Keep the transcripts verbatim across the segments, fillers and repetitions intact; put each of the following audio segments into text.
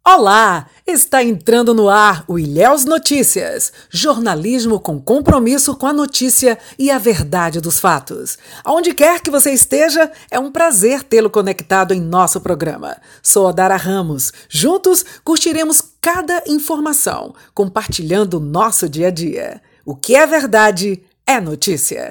Olá! Está entrando no ar o Ilhéus Notícias, jornalismo com compromisso com a notícia e a verdade dos fatos. Aonde quer que você esteja, é um prazer tê-lo conectado em nosso programa. Sou Odara Ramos. Juntos curtiremos cada informação, compartilhando o nosso dia a dia. O que é verdade é notícia.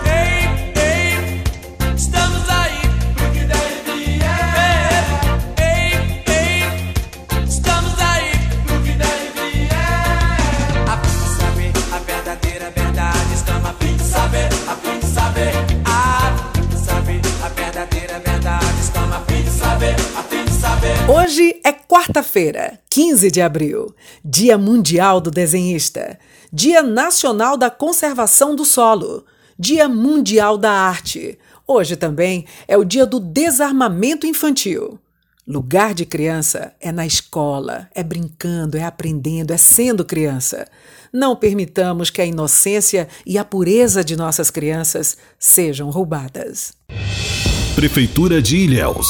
Hoje é quarta-feira, quinze de abril, Dia Mundial do Desenhista, Dia Nacional da Conservação do Solo, Dia Mundial da Arte. Hoje também é o Dia do Desarmamento Infantil. Lugar de criança é na escola, é brincando, é aprendendo, é sendo criança. Não permitamos que a inocência e a pureza de nossas crianças sejam roubadas. Prefeitura de Ilhéus.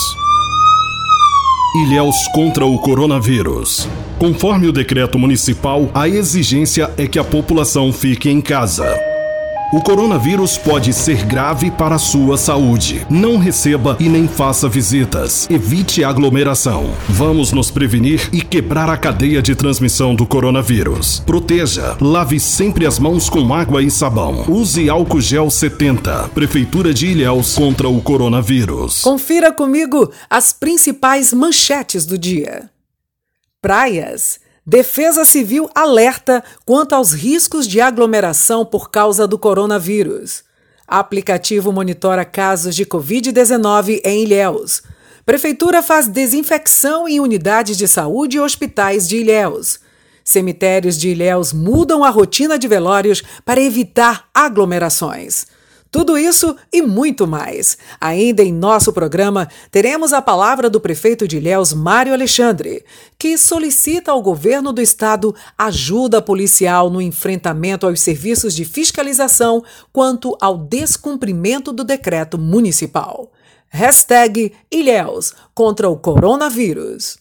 Ilhéus contra o coronavírus. Conforme o decreto municipal, a exigência é que a população fique em casa. O coronavírus pode ser grave para a sua saúde. Não receba e nem faça visitas. Evite aglomeração. Vamos nos prevenir e quebrar a cadeia de transmissão do coronavírus. Proteja. Lave sempre as mãos com água e sabão. Use álcool gel setenta. Prefeitura de Ilhéus contra o coronavírus. Confira comigo as principais manchetes do dia. Praias. Defesa Civil alerta quanto aos riscos de aglomeração por causa do coronavírus. Aplicativo monitora casos de covid dezenove em Ilhéus. Prefeitura faz desinfecção em unidades de saúde e hospitais de Ilhéus. Cemitérios de Ilhéus mudam a rotina de velórios para evitar aglomerações. Tudo isso e muito mais. Ainda em nosso programa, teremos a palavra do prefeito de Ilhéus, Mário Alexandre, que solicita ao governo do estado ajuda policial no enfrentamento aos serviços de fiscalização quanto ao descumprimento do decreto municipal. Hashtag Ilhéus contra o coronavírus.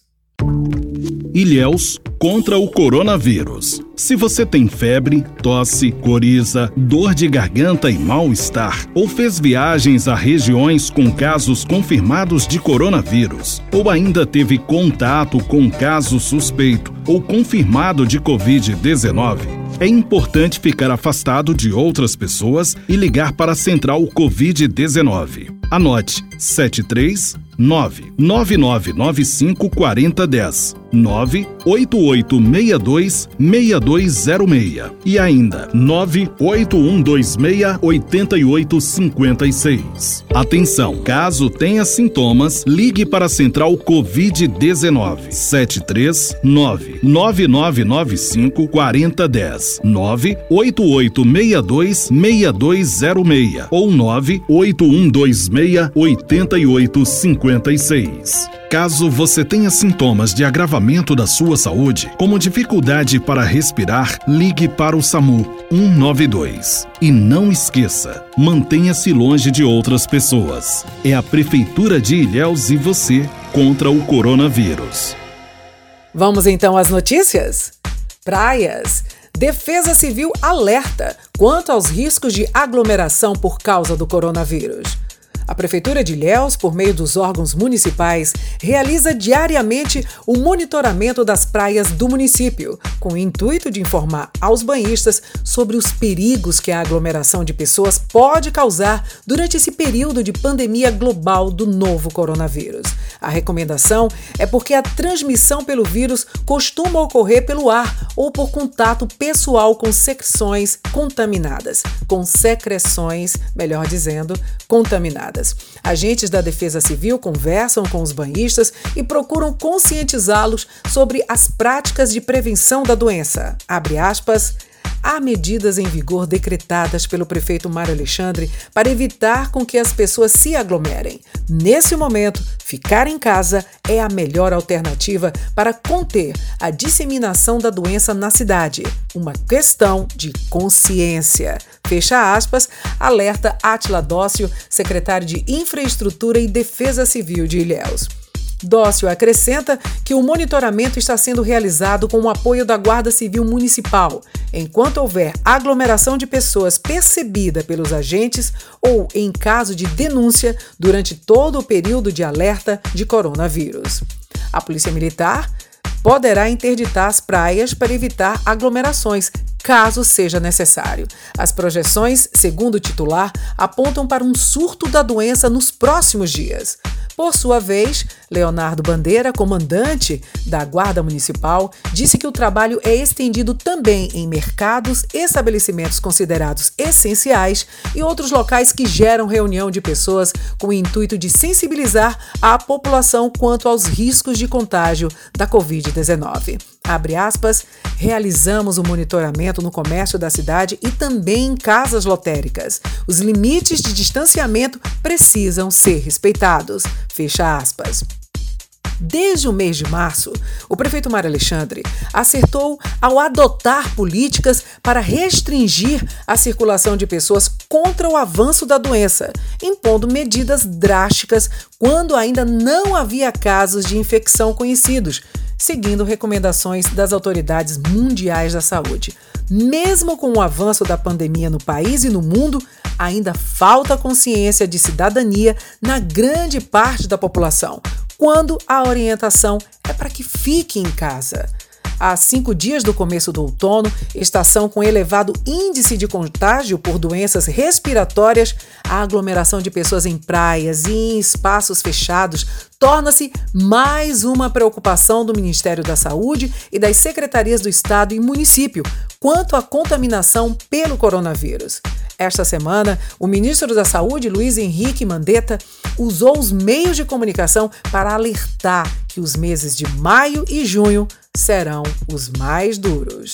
Ilhéus contra o coronavírus. Se você tem febre, tosse, coriza, dor de garganta e mal-estar, ou fez viagens a regiões com casos confirmados de coronavírus, ou ainda teve contato com caso suspeito ou confirmado de covid dezenove, é importante ficar afastado de outras pessoas e ligar para a Central covid dezenove. Anote sete três nove nove nove nove cinco quatro zero um zero nove oito oito seis dois seis dois zero seis e ainda nove oito um dois seis oito oito cinco seis. Atenção, caso tenha sintomas, ligue para a Central covid dezenove sete três nove nove nove nove cinco quatro zero um zero nove oito oito seis dois seis dois zero seis ou nove oito um dois seis oito oito cinco seis. Caso você tenha sintomas de agravamento da sua saúde, como dificuldade para respirar, ligue para o SAMU um nove dois. E não esqueça, mantenha-se longe de outras pessoas. É a Prefeitura de Ilhéus e você contra o coronavírus. Vamos então às notícias? Praias. Defesa Civil alerta quanto aos riscos de aglomeração por causa do coronavírus. A Prefeitura de Ilhéus, por meio dos órgãos municipais, realiza diariamente o monitoramento das praias do município, com o intuito de informar aos banhistas sobre os perigos que a aglomeração de pessoas pode causar durante esse período de pandemia global do novo coronavírus. A recomendação é porque a transmissão pelo vírus costuma ocorrer pelo ar ou por contato pessoal com secreções contaminadas, com secreções, melhor dizendo, contaminadas. Agentes da Defesa Civil conversam com os banhistas e procuram conscientizá-los sobre as práticas de prevenção da doença. Abre aspas. Há medidas em vigor decretadas pelo prefeito Mário Alexandre para evitar com que as pessoas se aglomerem. Nesse momento, ficar em casa é a melhor alternativa para conter a disseminação da doença na cidade. Uma questão de consciência. Fecha aspas, alerta Átila Dócio, secretário de Infraestrutura e Defesa Civil de Ilhéus. Dócio acrescenta que o monitoramento está sendo realizado com o apoio da Guarda Civil Municipal, enquanto houver aglomeração de pessoas percebida pelos agentes ou em caso de denúncia durante todo o período de alerta de coronavírus. A Polícia Militar poderá interditar as praias para evitar aglomerações, caso seja necessário. As projeções, segundo o titular, apontam para um surto da doença nos próximos dias. Por sua vez, Leonardo Bandeira, comandante da Guarda Municipal, disse que o trabalho é estendido também em mercados, estabelecimentos considerados essenciais e outros locais que geram reunião de pessoas com o intuito de sensibilizar a população quanto aos riscos de contágio da covid dezenove. Abre aspas, realizamos o monitoramento no comércio da cidade e também em casas lotéricas. Os limites de distanciamento precisam ser respeitados. Fecha aspas. Desde o mês de março, o prefeito Mário Alexandre acertou ao adotar políticas para restringir a circulação de pessoas contra o avanço da doença, impondo medidas drásticas quando ainda não havia casos de infecção conhecidos, seguindo recomendações das autoridades mundiais da saúde. Mesmo com o avanço da pandemia no país e no mundo, ainda falta consciência de cidadania na grande parte da população, quando a orientação é para que fique em casa. Há cinco dias do começo do outono, estação com elevado índice de contágio por doenças respiratórias, a aglomeração de pessoas em praias e em espaços fechados torna-se mais uma preocupação do Ministério da Saúde e das secretarias do Estado e município quanto à contaminação pelo coronavírus. Esta semana, o ministro da Saúde, Luiz Henrique Mandetta, usou os meios de comunicação para alertar que os meses de maio e junho serão os mais duros.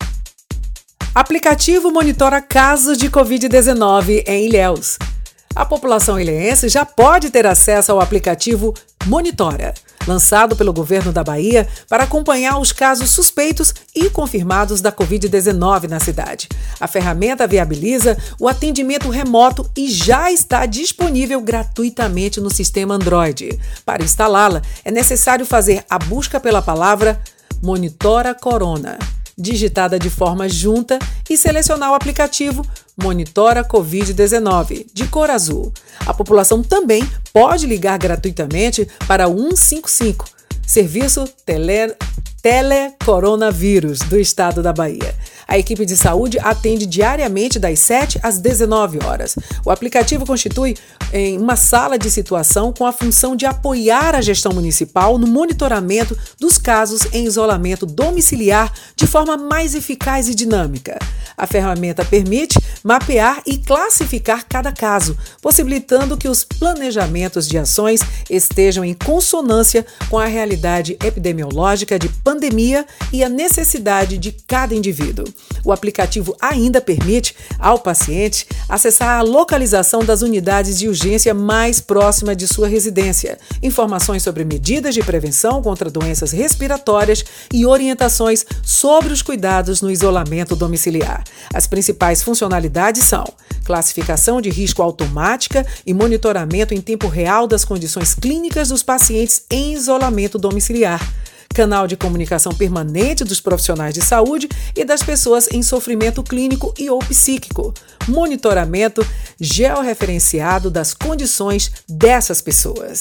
Aplicativo monitora casos de covid dezenove em Ilhéus. A população ilhéense já pode ter acesso ao aplicativo Monitora, lançado pelo governo da Bahia para acompanhar os casos suspeitos e confirmados da covid dezenove na cidade. A ferramenta viabiliza o atendimento remoto e já está disponível gratuitamente no sistema Android. Para instalá-la, é necessário fazer a busca pela palavra Monitora Corona, digitada de forma junta, e selecionar o aplicativo Monitora covid dezenove, de cor azul. A população também pode ligar gratuitamente para o cento e cinquenta e cinco, serviço tele, telecoronavírus do estado da Bahia. A equipe de saúde atende diariamente das sete às dezenove horas. O aplicativo constitui em uma sala de situação com a função de apoiar a gestão municipal no monitoramento dos casos em isolamento domiciliar de forma mais eficaz e dinâmica. A ferramenta permite mapear e classificar cada caso, possibilitando que os planejamentos de ações estejam em consonância com a realidade epidemiológica de pandemia e a necessidade de cada indivíduo. O aplicativo ainda permite ao paciente acessar a localização das unidades de urgência mais próxima de sua residência, informações sobre medidas de prevenção contra doenças respiratórias e orientações sobre os cuidados no isolamento domiciliar. As principais funcionalidades são classificação de risco automática e monitoramento em tempo real das condições clínicas dos pacientes em isolamento domiciliar, canal de comunicação permanente dos profissionais de saúde e das pessoas em sofrimento clínico e ou psíquico, monitoramento georreferenciado das condições dessas pessoas.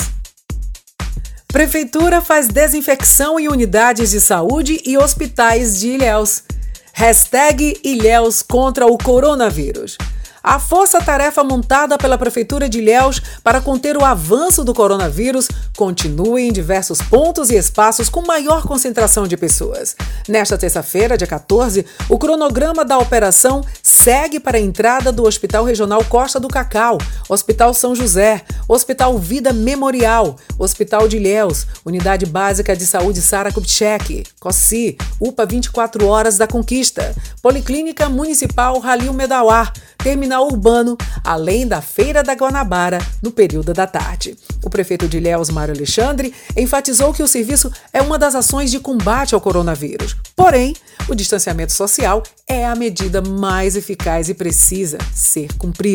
Prefeitura faz desinfecção em unidades de saúde e hospitais de Ilhéus. Hashtag Ilhéus contra o coronavírus. A força-tarefa montada pela Prefeitura de Ilhéus para conter o avanço do coronavírus continua em diversos pontos e espaços com maior concentração de pessoas. Nesta terça-feira, dia quatorze, o cronograma da operação segue para a entrada do Hospital Regional Costa do Cacau, Hospital São José, Hospital Vida Memorial, Hospital de Ilhéus, Unidade Básica de Saúde Sara Kubitschek, COSI, U P A vinte e quatro horas da Conquista, Policlínica Municipal Halil Medawar, Terminal Urbano, além da Feira da Guanabara, no período da tarde. O prefeito de Ilhéus, Mário Alexandre, enfatizou que o serviço é uma das ações de combate ao coronavírus. Porém, o distanciamento social é a medida mais eficaz e precisa ser cumprida.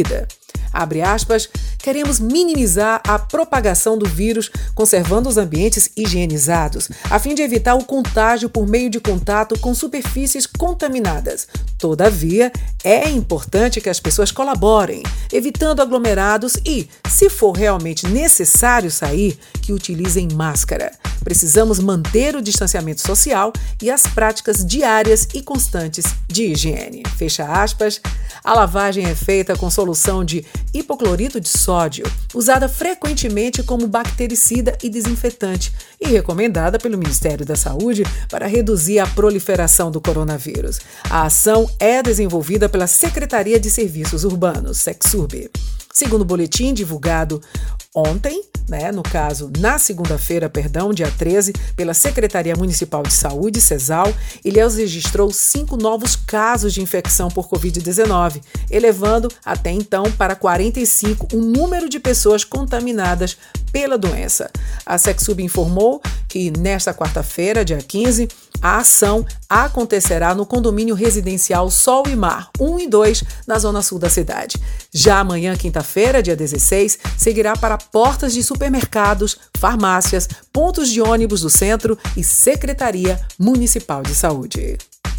Abre aspas, queremos minimizar a propagação do vírus, conservando os ambientes higienizados, a fim de evitar o contágio por meio de contato com superfícies contaminadas. Todavia, é importante que as pessoas colaborem, evitando aglomerados e, se for realmente necessário sair, que utilizem máscara. Precisamos manter o distanciamento social e as práticas diárias e constantes de higiene. Fecha aspas. A lavagem é feita com solução de hipoclorito de sódio, usada frequentemente como bactericida e desinfetante e recomendada pelo Ministério da Saúde para reduzir a proliferação do coronavírus. A ação é desenvolvida pela Secretaria de Serviços Urbanos, SECSURB. Segundo o boletim divulgado ontem, né, no caso, na segunda-feira, perdão, dia treze, pela Secretaria Municipal de Saúde, CESAL, Ilhéus registrou cinco novos casos de infecção por covid dezenove, elevando até então para quarenta e cinco o número de pessoas contaminadas pela doença. A SECSURB informou que nesta quarta-feira, dia quinze, a ação acontecerá no condomínio residencial Sol e Mar um e dois, na zona sul da cidade. Já amanhã, quinta-feira, dia dezesseis, seguirá para portas de supermercados, farmácias, pontos de ônibus do centro e Secretaria Municipal de Saúde.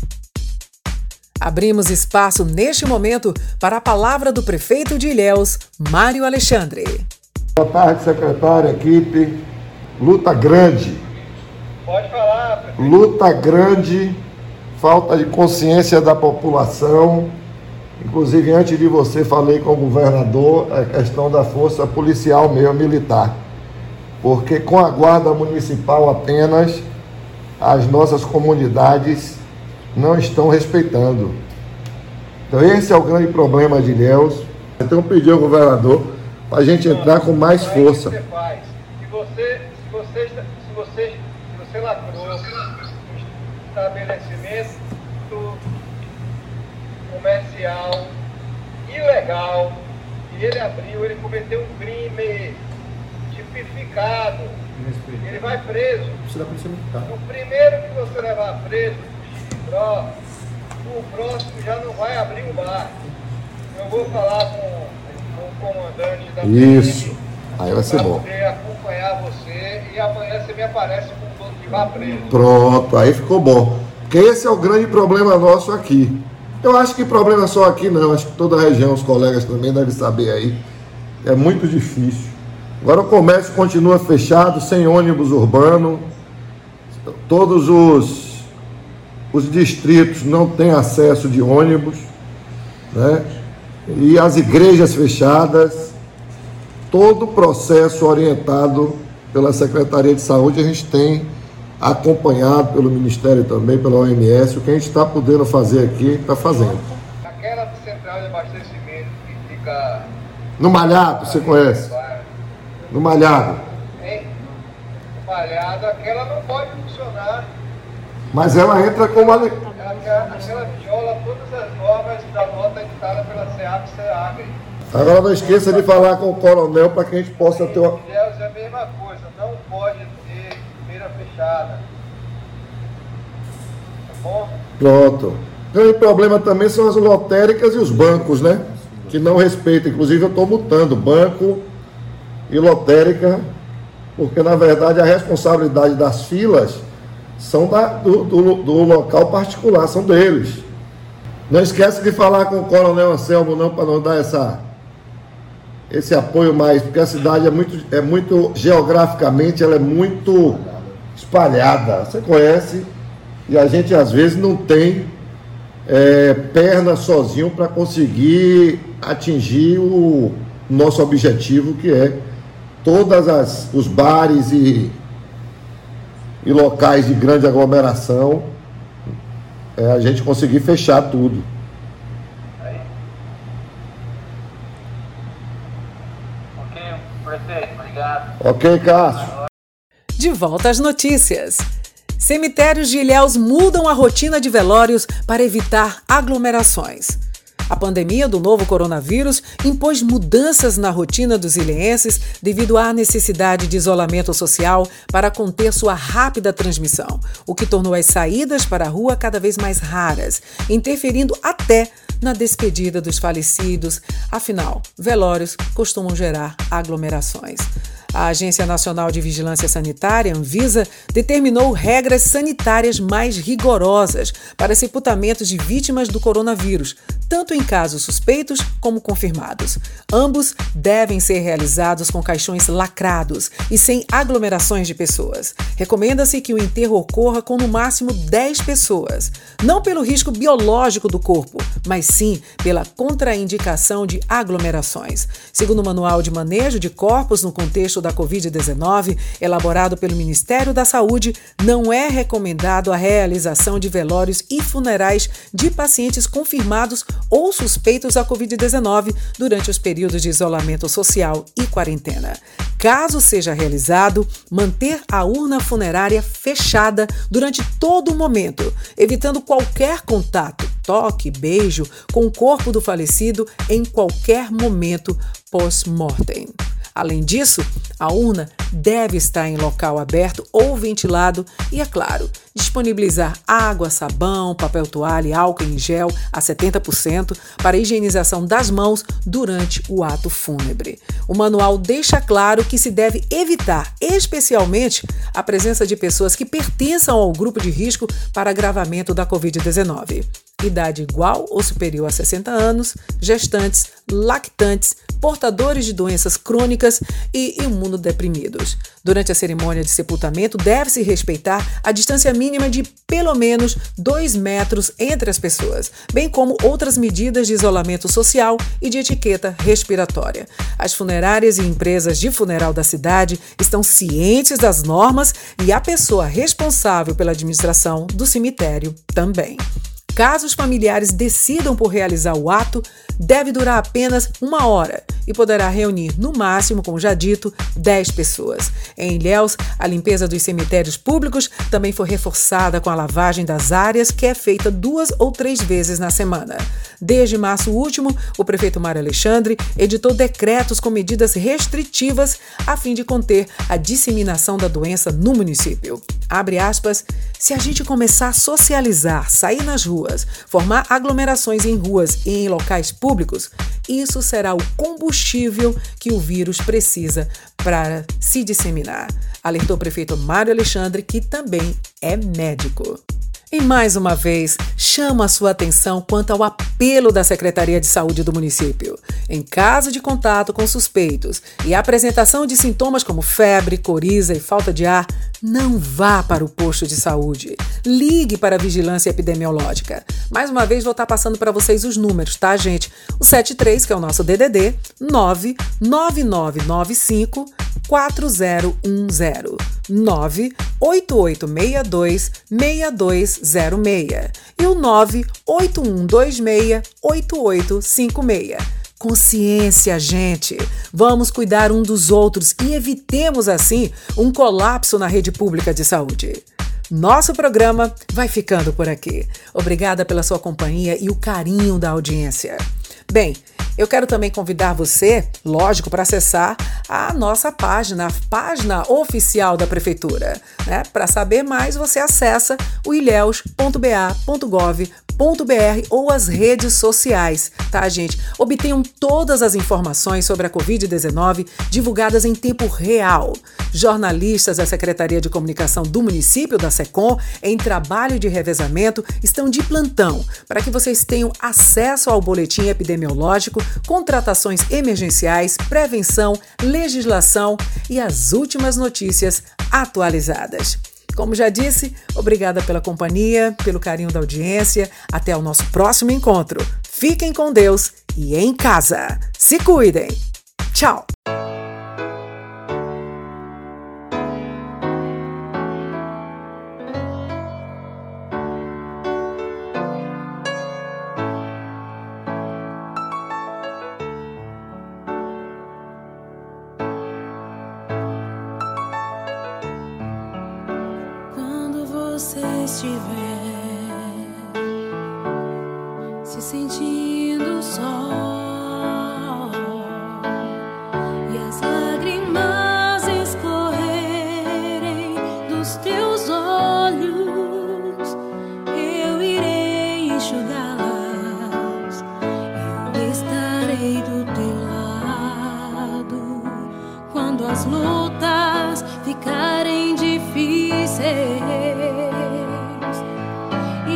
Abrimos espaço neste momento para a palavra do prefeito de Ilhéus, Mário Alexandre. Boa tarde, secretário, equipe. Luta grande. Pode falar, prefeito. Luta grande, falta de consciência da população. Inclusive, antes de você, falei com o governador a questão da força policial mesmo, militar. Porque com a guarda municipal apenas, as nossas comunidades não estão respeitando. Então esse é o grande problema de Ilhéus. Então pedi ao governador para a gente entrar com mais força. Se você, se você, se você, se você lacrou um estabelecimento comercial ilegal e ele abriu, ele cometeu um crime tipificado, ele vai preso. O primeiro que você levar preso, o próximo já não vai abrir o bar. Eu vou falar com, com o comandante da Isso, P M, aí vai ser bom. Poder acompanhar você e amanhã você me aparece com o dono de bar preso. Pronto, aí ficou bom. Porque esse é o grande problema nosso aqui. Eu acho que problema só aqui não, acho que toda a região, os colegas também devem saber aí. É muito difícil. Agora o comércio continua fechado, sem ônibus urbano. Todos os, os distritos não têm acesso de ônibus, né? E as igrejas fechadas. Todo o processo orientado pela Secretaria de Saúde, a gente tem acompanhado pelo Ministério também, pela O M S, o que a gente está podendo fazer aqui, está fazendo. Aquela central de abastecimento que fica... No Malhado, você conhece? No Malhado. Hein? No Malhado, aquela não pode funcionar. Mas ela entra com uma... Aquela, aquela viola todas as normas da nota editada pela SEAB e SEAB. Agora não esqueça de falar com o coronel para que a gente possa ter uma... Ilhéus é a mesma coisa, não pode ter feira fechada. Tá bom? Pronto. O grande problema também são as lotéricas e os bancos, né? Que não respeitam. Inclusive eu estou multando banco e lotérica, porque na verdade a responsabilidade das filas são da, do, do, do local particular, são deles. Não esquece de falar com o coronel Anselmo não, para não dar essa, esse apoio mais, porque a cidade é muito, é muito, geograficamente, ela é muito espalhada. Você conhece, e a gente às vezes não tem é, perna sozinho para conseguir atingir o nosso objetivo, que é todas as os bares e, e locais de grande aglomeração, é, a gente conseguir fechar tudo. Aí. Ok, prefeito, obrigado. Ok, Cássio. De volta às notícias. Cemitérios de Ilhéus mudam a rotina de velórios para evitar aglomerações. A pandemia do novo coronavírus impôs mudanças na rotina dos ilhéenses devido à necessidade de isolamento social para conter sua rápida transmissão, o que tornou as saídas para a rua cada vez mais raras, interferindo até na despedida dos falecidos. Afinal, velórios costumam gerar aglomerações. A Agência Nacional de Vigilância Sanitária, Anvisa, determinou regras sanitárias mais rigorosas para sepultamentos de vítimas do coronavírus, tanto em casos suspeitos como confirmados. Ambos devem ser realizados com caixões lacrados e sem aglomerações de pessoas. Recomenda-se que o enterro ocorra com no máximo dez pessoas, não pelo risco biológico do corpo, mas sim pela contraindicação de aglomerações. Segundo o Manual de Manejo de Corpos no contexto da covid dezenove, elaborado pelo Ministério da Saúde, não é recomendado a realização de velórios e funerais de pacientes confirmados ou suspeitos da covid dezenove durante os períodos de isolamento social e quarentena. Caso seja realizado, manter a urna funerária fechada durante todo o momento, evitando qualquer contato, toque, beijo com o corpo do falecido em qualquer momento pós-mortem. Além disso, a urna deve estar em local aberto ou ventilado e, é claro, disponibilizar água, sabão, papel toalha e álcool em gel a setenta por cento para a higienização das mãos durante o ato fúnebre. O manual deixa claro que se deve evitar, especialmente, a presença de pessoas que pertençam ao grupo de risco para agravamento da covid dezenove. Idade igual ou superior a sessenta anos, gestantes, lactantes, portadores de doenças crônicas e imunodeprimidos. Durante a cerimônia de sepultamento, deve-se respeitar a distância mínima de pelo menos dois metros entre as pessoas, bem como outras medidas de isolamento social e de etiqueta respiratória. As funerárias e empresas de funeral da cidade estão cientes das normas e a pessoa responsável pela administração do cemitério também. Caso os familiares decidam por realizar o ato, deve durar apenas uma hora e poderá reunir, no máximo, como já dito, dez pessoas. Em Ilhéus, a limpeza dos cemitérios públicos também foi reforçada com a lavagem das áreas, que é feita duas ou três vezes na semana. Desde março último, o prefeito Mário Alexandre editou decretos com medidas restritivas a fim de conter a disseminação da doença no município. Abre aspas, se a gente começar a socializar, sair nas ruas, formar aglomerações em ruas e em locais públicos, isso será o combustível que o vírus precisa para se disseminar, alertou o prefeito Mário Alexandre, que também é médico. E mais uma vez, chamo a sua atenção quanto ao apelo da Secretaria de Saúde do município. Em caso de contato com suspeitos e apresentação de sintomas como febre, coriza e falta de ar, não vá para o posto de saúde. Ligue para a vigilância epidemiológica. Mais uma vez, vou estar passando para vocês os números, tá, gente? O setenta e três, que é o nosso D D D, nove nove nove nove cinco quatro zero um zero, nove oito oito seis dois seis dois zero seis e o nove oito um dois seis oito oito cinco seis. Consciência, gente! Vamos cuidar um dos outros e evitemos, assim, um colapso na rede pública de saúde. Nosso programa vai ficando por aqui. Obrigada pela sua companhia e o carinho da audiência. Bem, eu quero também convidar você, lógico, para acessar a nossa página, a página oficial da Prefeitura. Né? Para saber mais, você acessa o ilhéus ponto b a ponto gov ponto b r ou as redes sociais, tá, gente? Obtenham todas as informações sobre a covid dezenove divulgadas em tempo real. Jornalistas da Secretaria de Comunicação do município, da SECOM, em trabalho de revezamento, estão de plantão para que vocês tenham acesso ao boletim epidemiológico, contratações emergenciais, prevenção, legislação e as últimas notícias atualizadas. Como já disse, obrigada pela companhia, pelo carinho da audiência. Até o nosso próximo encontro. Fiquem com Deus e em casa. Se cuidem. Tchau! Você estiver se sentindo só e as lágrimas escorrerem dos teus olhos, eu irei enxugá-las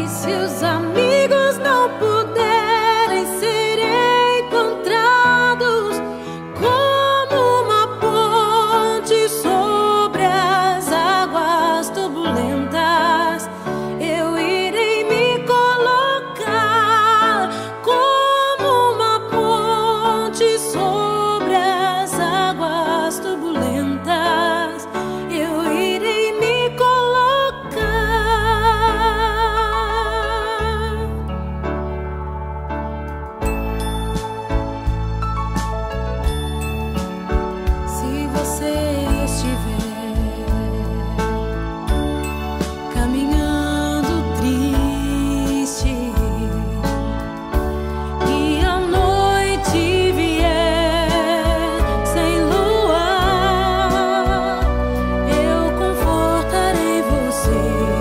E se os amigos não puderem ser encontrados, como uma ponte sobre as águas turbulentas, eu irei me colocar como uma ponte sobre as águas turbulentas, eu irei me colocar. Se você estiver caminhando triste e a noite vier sem lua, eu confortarei você,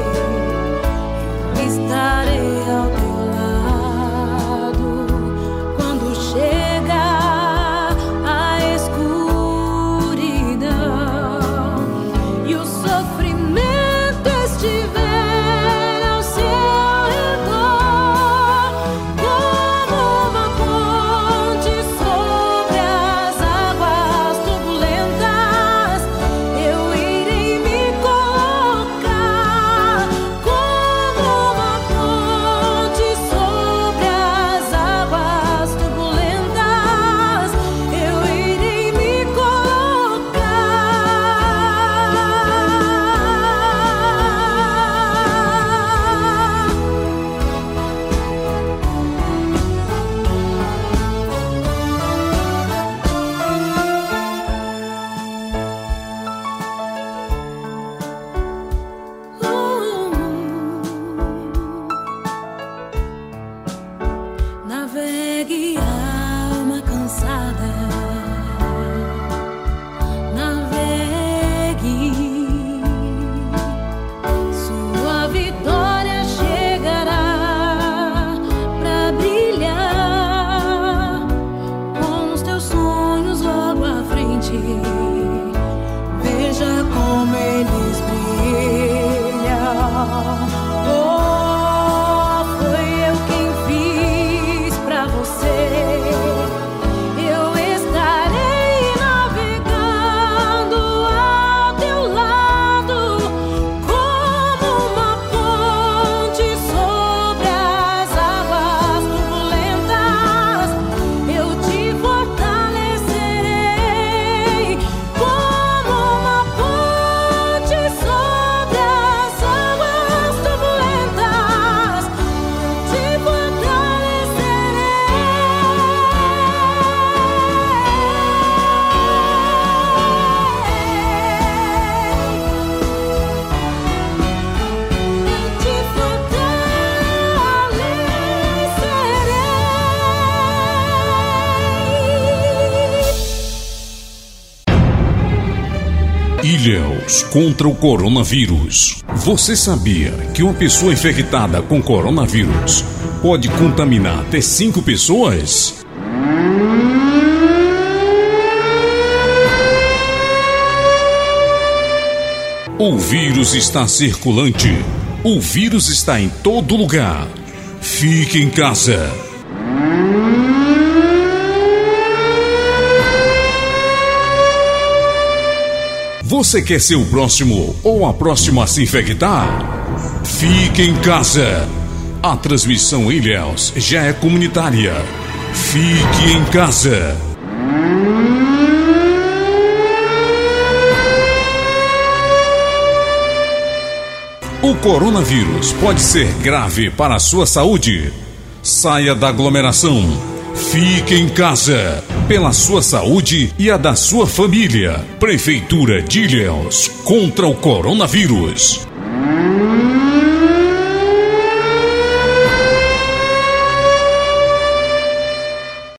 estarei ao teu lado quando chegar a escuridão e o sofrimento estiver ao seu redor, como uma ponte sobre as águas turbulentas, eu irei me colocar como uma ponte sobre as águas turbulentas, eu irei me colocar. Navegue, alma cansada, navegue, sua vitória chegará pra brilhar com os teus sonhos logo à frente. Veja como eles brilham. Oh, foi eu quem fiz pra você. Eu estarei navegando ao teu lado como uma ponte sobre as águas turbulentas. Eu te fortalecerei como uma ponte sobre as águas turbulentas. Eu te Ilhéus contra o coronavírus. Você sabia que uma pessoa infectada com coronavírus pode contaminar até cinco pessoas? O vírus está circulante. O vírus está em todo lugar. Fique em casa. Você quer ser o próximo ou a próxima a se infectar? Fique em casa. A transmissão em Ilhéus já é comunitária. Fique em casa. O coronavírus pode ser grave para a sua saúde. Saia da aglomeração. Fique em casa. Pela sua saúde e a da sua família. Prefeitura de Ilhéus contra o coronavírus.